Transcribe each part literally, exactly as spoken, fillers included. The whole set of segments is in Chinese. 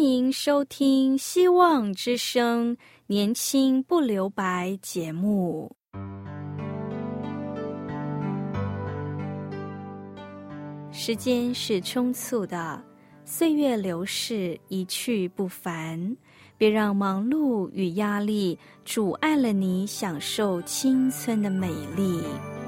迎收听希望之声年轻不留白节目。时间是匆促的，岁月流逝，一去不返，别让忙碌与压力阻碍了你享受青春的美丽。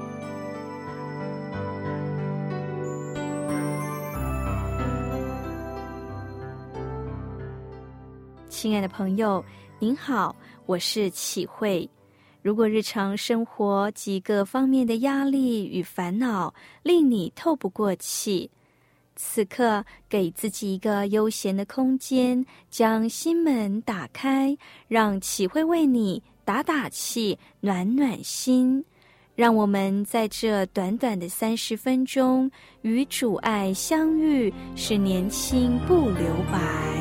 亲爱的朋友，您好，我是启慧。如果日常生活几个方面的压力与烦恼令你透不过气，此刻给自己一个悠闲的空间，将心门打开，让启慧为你打打气，暖暖心。让我们在这短短的三十分钟与主爱相遇，使年轻不留白。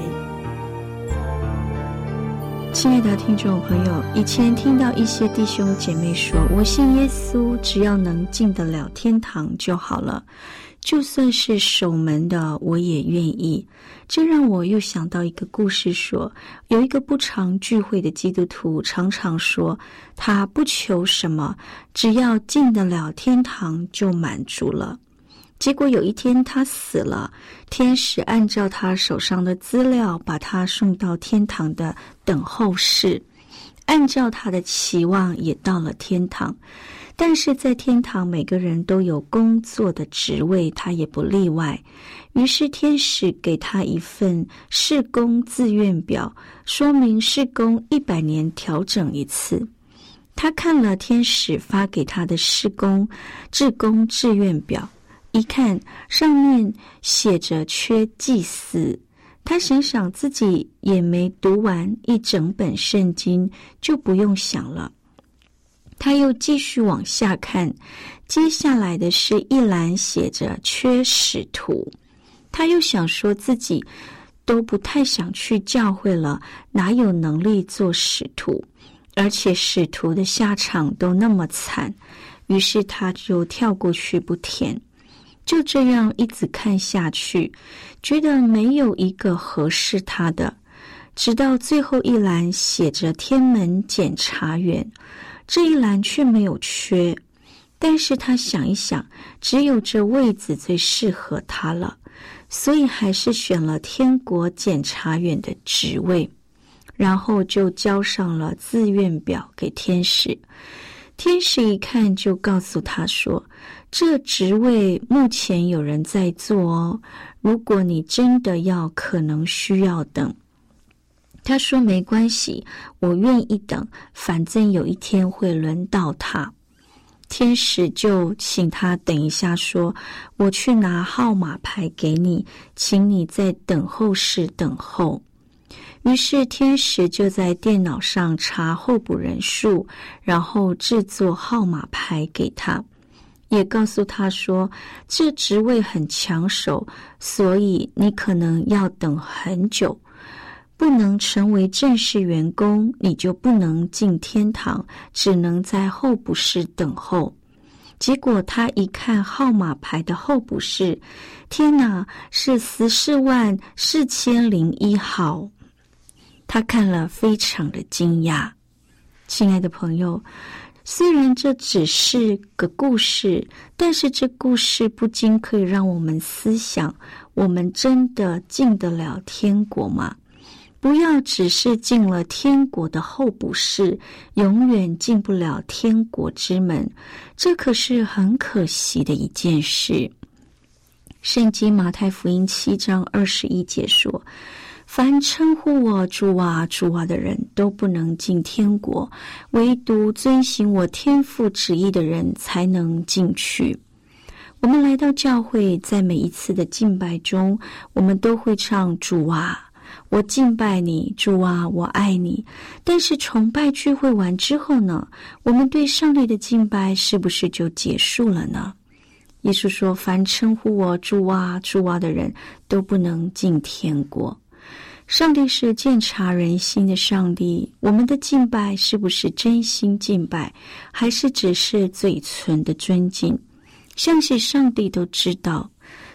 亲爱的听众朋友，以前听到一些弟兄姐妹说，我信耶稣，只要能进得了天堂就好了，就算是守门的我也愿意。这让我又想到一个故事说，有一个不常聚会的基督徒常常说，他不求什么，只要进得了天堂就满足了。结果有一天他死了，天使按照他手上的资料把他送到天堂的等候室，按照他的期望也到了天堂。但是在天堂每个人都有工作的职位，他也不例外。于是天使给他一份事工自愿表，说明事工一百年调整一次。他看了天使发给他的事工志工志愿表，一看上面写着缺祭司，他想想自己也没读完一整本圣经，就不用想了。他又继续往下看，接下来的是一栏写着缺使徒，他又想说自己都不太想去教会了，哪有能力做使徒，而且使徒的下场都那么惨，于是他就跳过去不填。就这样一直看下去，觉得没有一个合适他的，直到最后一栏写着天门检查员，这一栏却没有缺，但是他想一想，只有这位子最适合他了，所以还是选了天国检查员的职位，然后就交上了自愿表给天使。天使一看就告诉他说，这职位目前有人在做哦，如果你真的要，可能需要等。他说没关系，我愿意等，反正有一天会轮到他。天使就请他等一下说，我去拿号码牌给你，请你在等候室等候。于是天使就在电脑上查候补人数，然后制作号码牌给他，也告诉他说，这职位很抢手，所以你可能要等很久，不能成为正式员工，你就不能进天堂，只能在候补室等候。结果他一看号码牌的候补室，天哪，是十四万四千零一号。他看了非常的惊讶。亲爱的朋友，虽然这只是个故事，但是这故事不禁可以让我们思想，我们真的进得了天国吗？不要只是进了天国的候补室，永远进不了天国之门，这可是很可惜的一件事。圣经马太福音七章二十一节说，凡称呼我主啊主啊的人都不能进天国，唯独遵行我天父旨意的人才能进去。我们来到教会，在每一次的敬拜中，我们都会唱主啊我敬拜你，主啊我爱你。但是崇拜聚会完之后呢，我们对上帝的敬拜是不是就结束了呢？耶稣说，凡称呼我主啊主啊的人都不能进天国。上帝是鉴察人心的上帝，我们的敬拜是不是真心敬拜，还是只是嘴唇的尊敬？相信上帝都知道。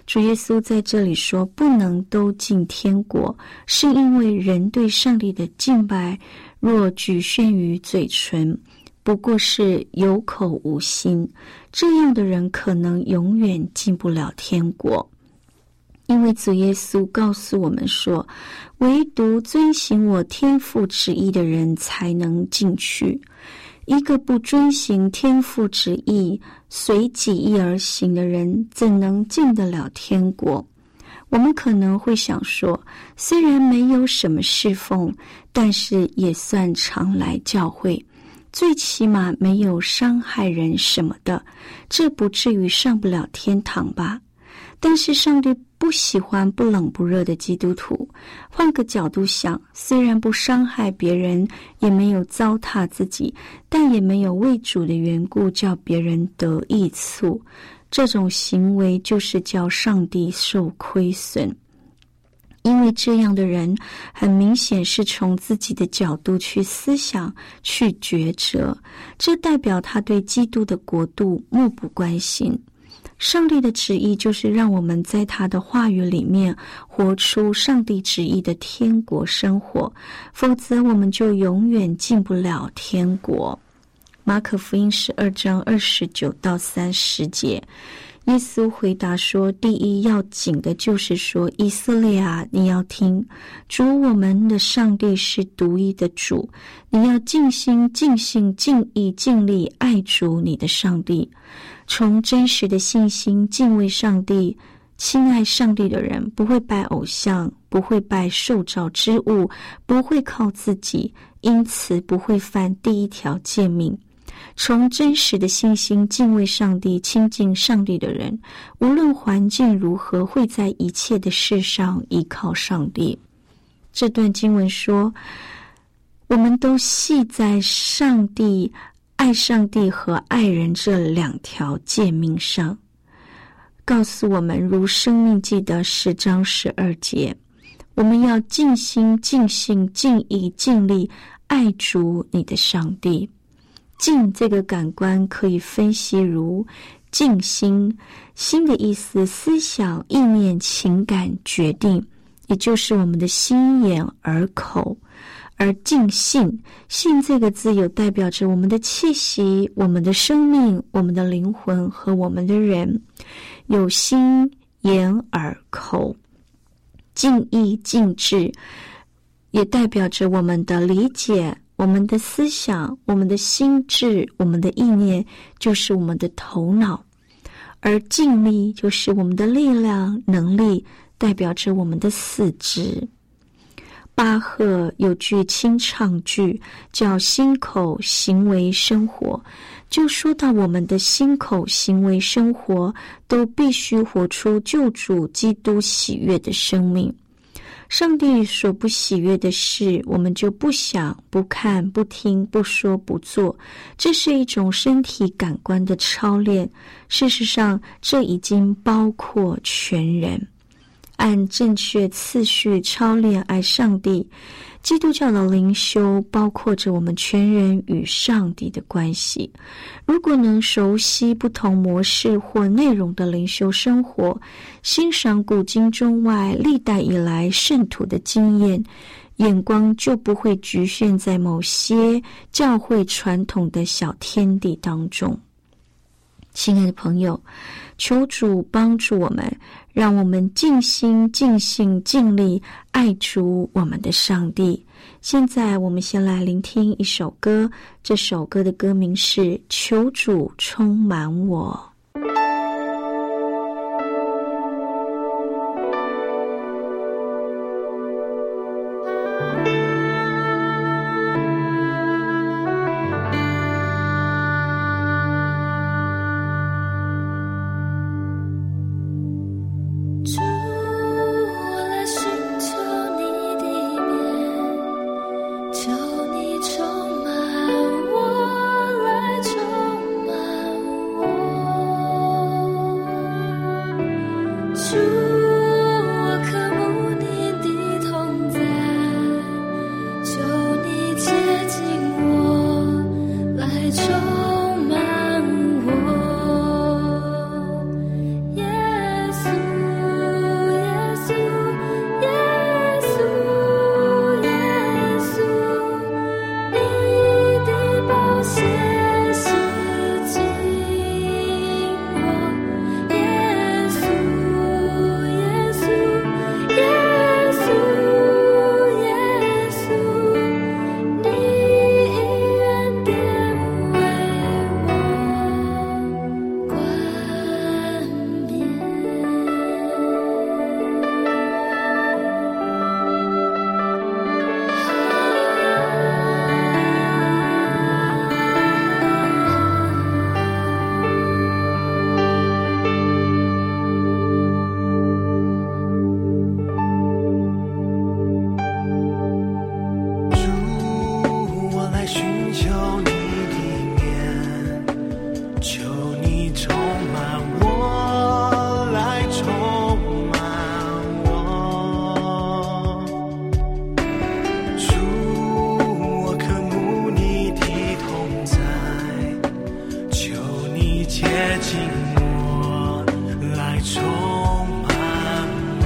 主耶稣在这里说不能都进天国，是因为人对上帝的敬拜若局限于嘴唇，不过是有口无心，这样的人可能永远进不了天国。因为主耶稣告诉我们说，唯独遵行我天父旨意的人才能进去，一个不遵行天父旨意随己意而行的人怎能进得了天国？我们可能会想说，虽然没有什么侍奉，但是也算常来教会，最起码没有伤害人什么的，这不至于上不了天堂吧？但是上帝不喜欢不冷不热的基督徒。换个角度想，虽然不伤害别人，也没有糟蹋自己，但也没有为主的缘故叫别人得益处，这种行为就是叫上帝受亏损。因为这样的人很明显是从自己的角度去思想去抉择，这代表他对基督的国度漠不关心。上帝的旨意就是让我们在他的话语里面活出上帝旨意的天国生活，否则我们就永远进不了天国。马可福音十二章二十九到三十节，耶稣回答说，第一要紧的就是说，以色列啊，你要听，主我们的上帝是独一的主，你要尽心尽性尽意尽力爱主你的上帝，从真实的信心敬畏上帝，亲爱上帝的人不会拜偶像，不会拜受造之物，不会靠自己，因此不会犯第一条诫命。从真实的信心敬畏上帝亲近上帝的人，无论环境如何，会在一切的事上依靠上帝。这段经文说，我们都系在上帝爱上帝和爱人这两条诫命上，告诉我们如生命记的十章十二节，我们要尽心尽性尽意尽力爱主你的上帝。尽这个感官可以分析如尽心，心的意思思想意念情感决定，也就是我们的心眼耳口。而尽性，性这个字有代表着我们的气息，我们的生命，我们的灵魂和我们的人，有心眼耳口。尽意尽智也代表着我们的理解，我们的思想，我们的心智，我们的意念，就是我们的头脑。而尽力就是我们的力量能力，代表着我们的四肢。巴赫有句清唱句叫心口行为生活，就说到我们的心口行为生活都必须活出救主基督喜悦的生命。上帝所不喜悦的事，我们就不想不看不听不说不做，这是一种身体感官的操练。事实上这已经包括全人。按正确次序操练爱上帝，基督教的灵修包括着我们全人与上帝的关系。如果能熟悉不同模式或内容的灵修生活，欣赏古今中外历代以来圣徒的经验，眼光就不会局限在某些教会传统的小天地当中。亲爱的朋友，求主帮助我们，让我们尽心尽性尽力爱主我们的上帝。现在我们先来聆听一首歌，这首歌的歌名是《求主充满我》。 充满我，来充满我。 寻求你的面，求你充满我，来充满我。主，我渴慕你的同在，求你接近我，来充满我。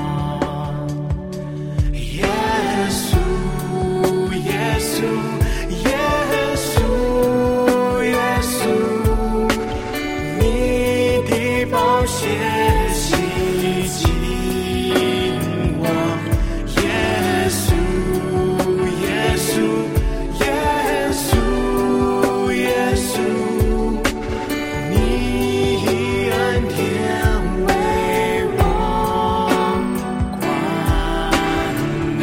耶稣，耶稣，耶稣，耶稣，你的宝血洗净我。耶稣，耶稣，耶稣，耶稣，你恩典为我冠冕。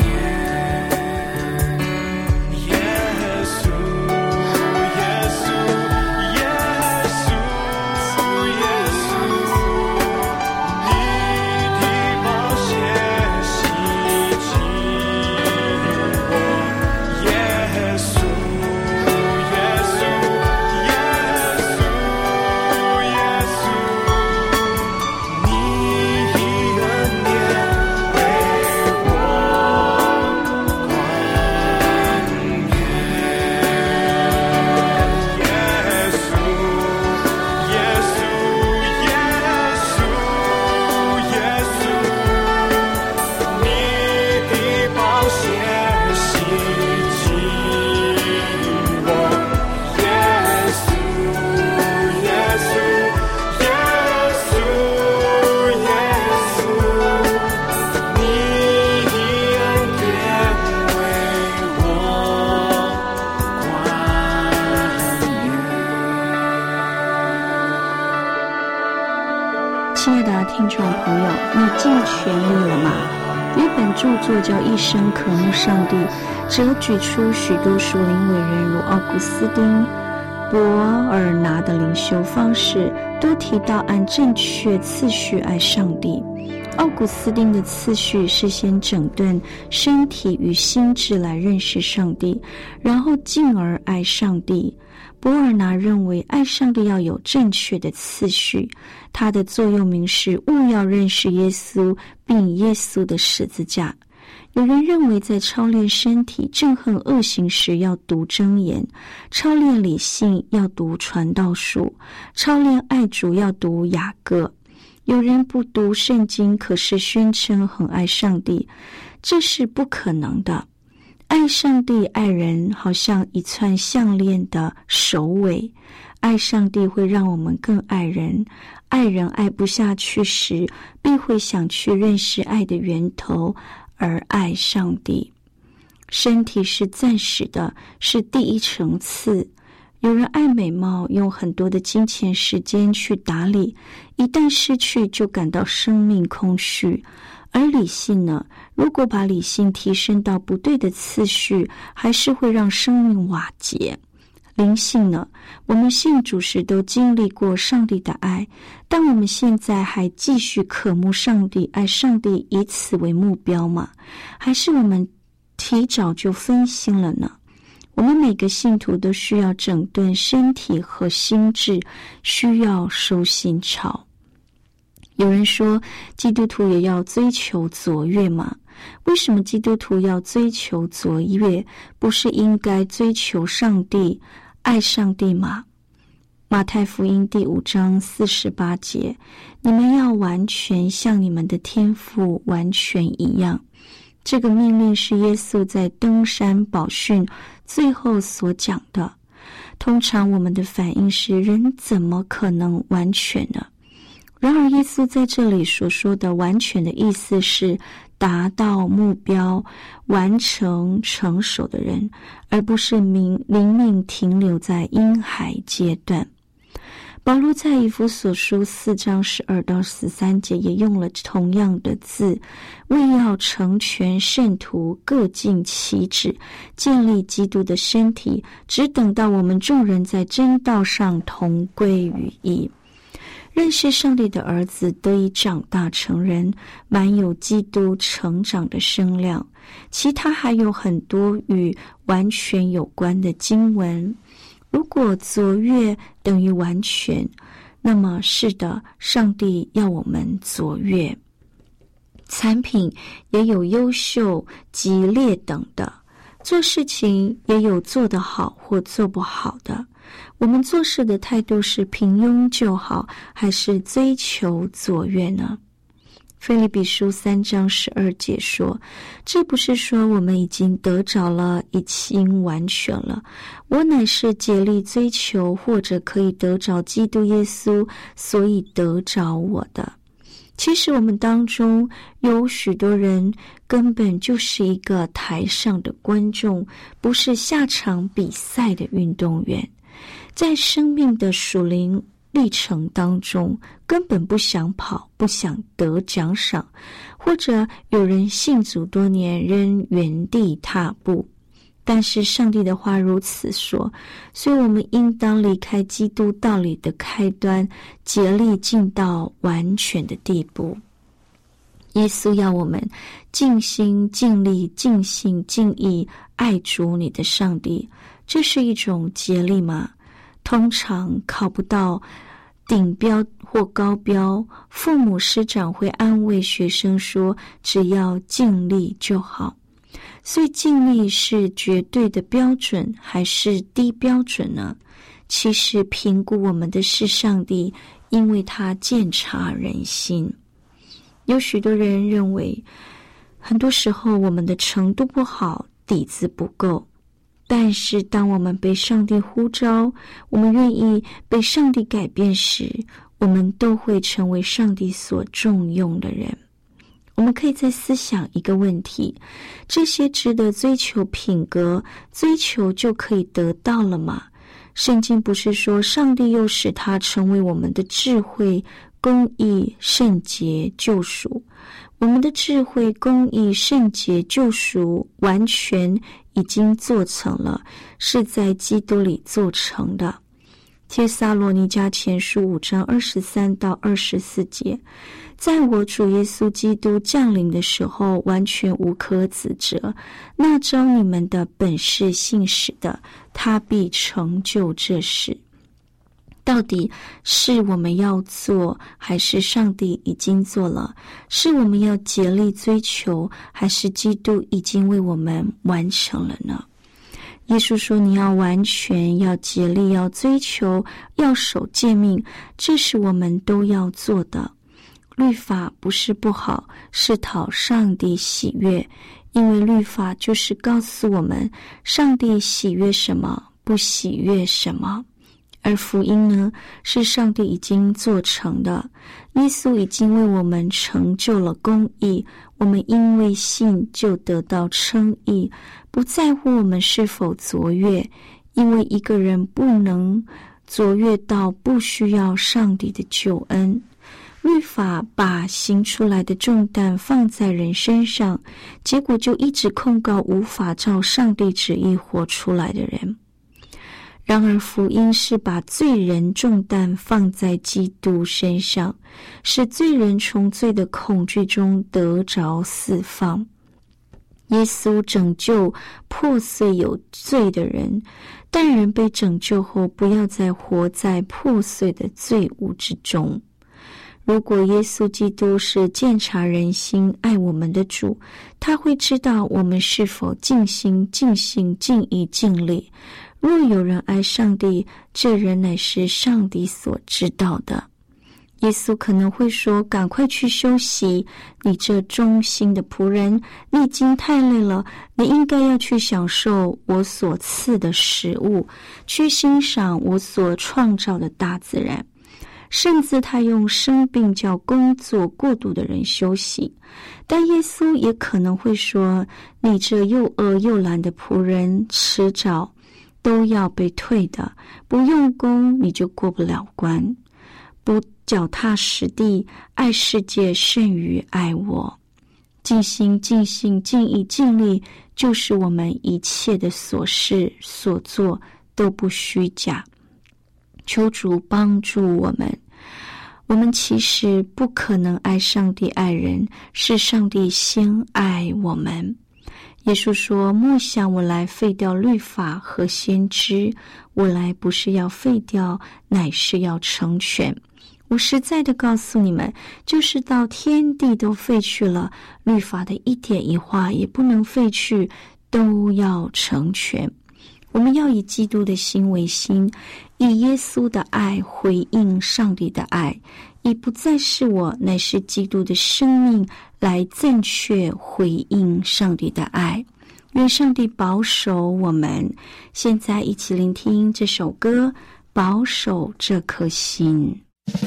耶稣，耶稣，耶稣，耶稣，你的宝血洗净我。耶稣，耶稣，耶稣，耶稣，你的恩典为我冠冕。耶稣，耶稣，耶稣，耶稣，你的宝血洗净我。耶稣，耶稣，耶稣，耶稣，你的恩典为我冠冕。 亲爱的听众朋友，你尽全力了吗？有一本著作叫《一生渴慕上帝》，则举出许多属灵伟人，如奥古斯丁、博尔拿的灵修方式，都提到按正确次序爱上帝。奥古斯丁的次序是先整顿身体与心智来认识上帝，然后进而爱上帝。博尔拿认为爱上帝要有正确的次序，他的座右铭是务要认识耶稣，并以耶稣的十字架。有人认为在操练身体憎恨恶行时要读箴言，操练理性要读传道书，操练爱主要读雅各。有人不读圣经，可是宣称很爱上帝，这是不可能的。爱上帝爱人好像一串项链的首尾，爱上帝会让我们更爱人，爱人爱不下去时，必会想去认识爱的源头，而爱上帝。身体是暂时的，是第一层次。有人爱美貌，用很多的金钱时间去打理，一旦失去就感到生命空虚。而理性呢，如果把理性提升到不对的次序，还是会让生命瓦解。灵性呢，我们信主时都经历过上帝的爱，但我们现在还继续渴慕上帝，爱上帝，以此为目标吗？还是我们提早就分心了呢？我们每个信徒都需要整顿身体和心智，需要收心潮。有人说，基督徒也要追求卓越吗？为什么基督徒要追求卓越？不是应该追求上帝、爱上帝吗？马太福音第五章四十八节，你们要完全像你们的天父完全一样。这个命令是耶稣在登山宝训最后所讲的。通常我们的反应是，人怎么可能完全呢？然而耶稣在这里所说的完全的意思是达到目标、完成成熟的人，而不是灵命停留在婴孩阶段。保罗在以弗所书四章十二到十三节也用了同样的字，为要成全圣徒，各尽其职，建立基督的身体，只等到我们众人在真道上同归于一。 认识上帝的儿子得以长大成人，满有基督成长的声量。其他还有很多与完全有关的经文。如果卓越等于完全，那么是的，上帝要我们卓越。产品也有优秀及劣等的，做事情也有做得好或做不好的。我们做事的态度是平庸就好，还是追求卓越呢？腓立比书三章十二节说，这不是说我们已经得着了，已经完全了，我乃是竭力追求，或者可以得着基督耶稣，所以得着我的。其实我们当中有许多人根本就是一个台上的观众，不是下场比赛的运动员，在生命的属灵历程当中根本不想跑，不想得奖赏，或者有人信主多年仍原地踏步。但是上帝的话如此说，所以我们应当离开基督道理的开端，竭力进到完全的地步。耶稣要我们尽心尽力尽心尽意爱主你的上帝，这是一种竭力吗？通常考不到顶标或高标，父母师长会安慰学生说，只要尽力就好。所以尽力是绝对的标准还是低标准呢？其实评估我们的是上帝，因为他鉴察人心。有许多人认为，很多时候我们的程度不好，底子不够。但是当我们被上帝呼召，我们愿意被上帝改变时，我们都会成为上帝所重用的人。我们可以再思想一个问题，这些值得追求品格，追求就可以得到了吗？圣经不是说上帝又使他成为我们的智慧、公义、圣洁、救赎。我们的智慧、公义、圣洁、救赎完全已经做成了，是在基督里做成的。帖撒罗尼迦前书五章二十三到二十四节，在我主耶稣基督降临的时候，完全无可指责。那招你们的本是信实的，他必成就这事。到底是我们要做，还是上帝已经做了？是我们要竭力追求，还是基督已经为我们完成了呢？耶稣说，你要完全，要竭力，要追求，要守诫命，这是我们都要做的。律法不是不好，是讨上帝喜悦，因为律法就是告诉我们上帝喜悦什么，不喜悦什么。而福音呢，是上帝已经做成的，耶稣已经为我们成就了公义，我们因为信就得到称义，不在乎我们是否卓越，因为一个人不能卓越到不需要上帝的救恩。律法把行出来的重担放在人身上，结果就一直控告无法照上帝旨意活出来的人。然而福音是把罪人重担放在基督身上，使罪人从罪的恐惧中得着释放。耶稣拯救破碎有罪的人，但人被拯救后不要再活在破碎的罪恶之中。如果耶稣基督是鉴察人心爱我们的主，他会知道我们是否尽心尽性尽意尽力。若有人爱上帝，这人乃是上帝所知道的。耶稣可能会说，赶快去休息，你这忠心的仆人，你已经太累了，你应该要去享受我所赐的食物，去欣赏我所创造的大自然。甚至他用生病叫工作过度的人休息。但耶稣也可能会说，你这又饿又懒的仆人，迟早都要被退的，不用功你就过不了关，不脚踏实地，爱世界胜于爱我。尽心尽性尽意尽力，就是我们一切的所事所做都不虚假。求主帮助我们。 我们其实不可能爱上帝爱人，是上帝先爱我们。耶稣说，莫想我来废掉律法和先知，我来不是要废掉，乃是要成全。我实在的告诉你们，就是到天地都废去了，律法的一点一画也不能废去，都要成全。我们要以基督的心为心，以耶稣的爱回应上帝的爱，以不再是我，乃是基督的生命来正确回应上帝的爱。愿上帝保守我们。现在一起聆听这首歌，保守这颗心。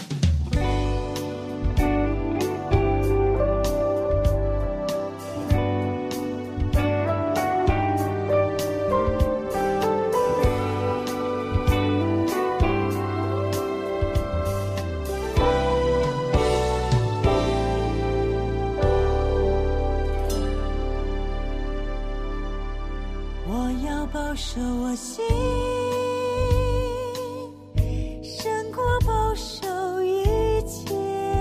保守我心，胜过保守一切，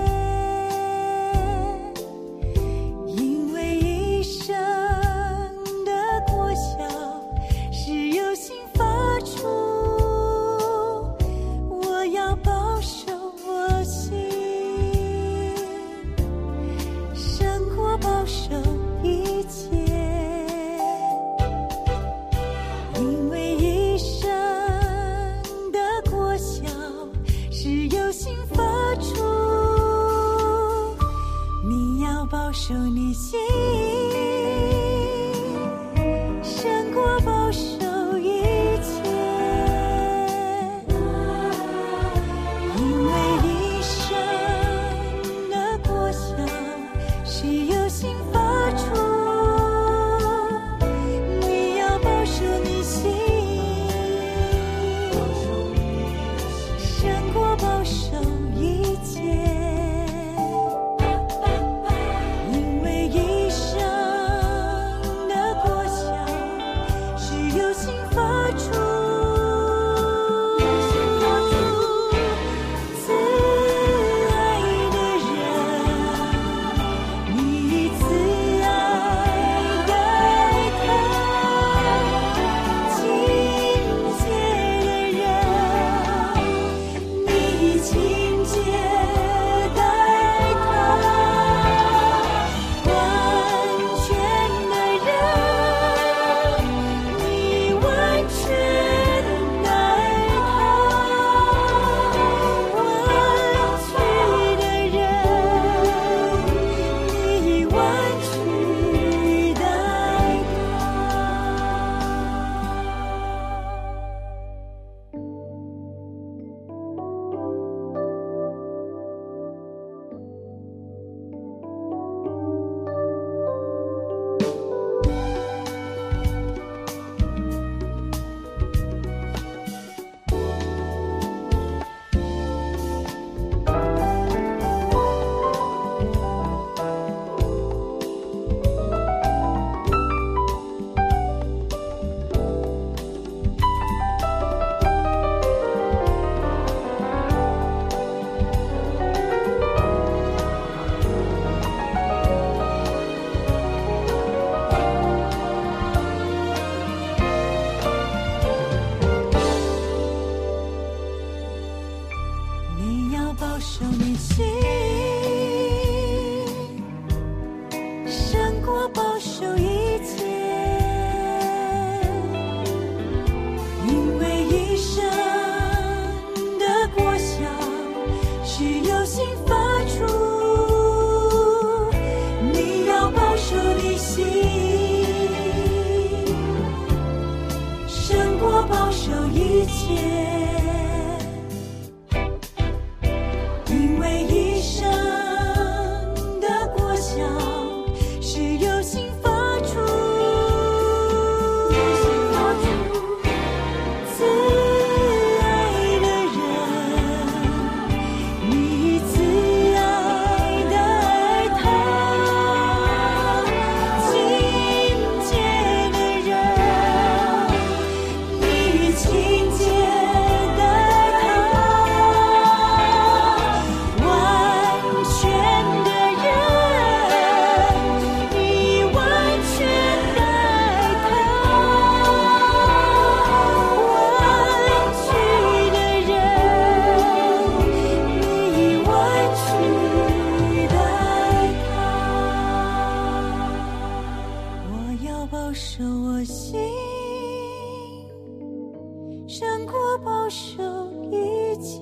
因为一生的果效是由心发出。我要保守我心，胜过保守一切。保守你心，胜过保守一切，因为一生的果效是由心发出。你要保守你心，胜过保守一切。 情节我心，胜过保守一切，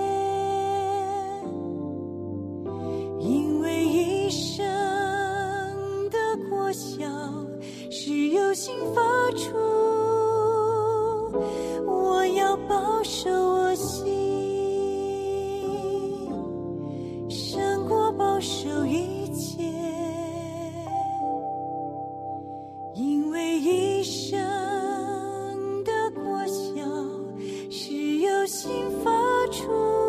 因为一生的果效是由心发出，我要保守我心，胜过保守一切，因为一生的果效是由心发出。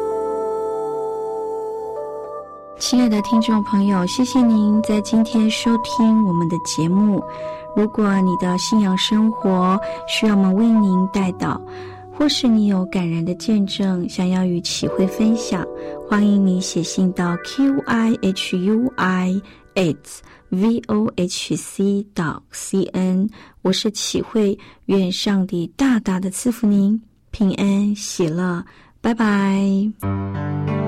亲爱的听众朋友，谢谢您在今天收听我们的节目。如果你的信仰生活需要我们为您代祷，或是你有感人的见证想要与启慧分享，欢迎你写信到 q i h u i at v o h c dot c n。 我是启慧，愿上帝大大的赐福您平安喜乐，拜拜。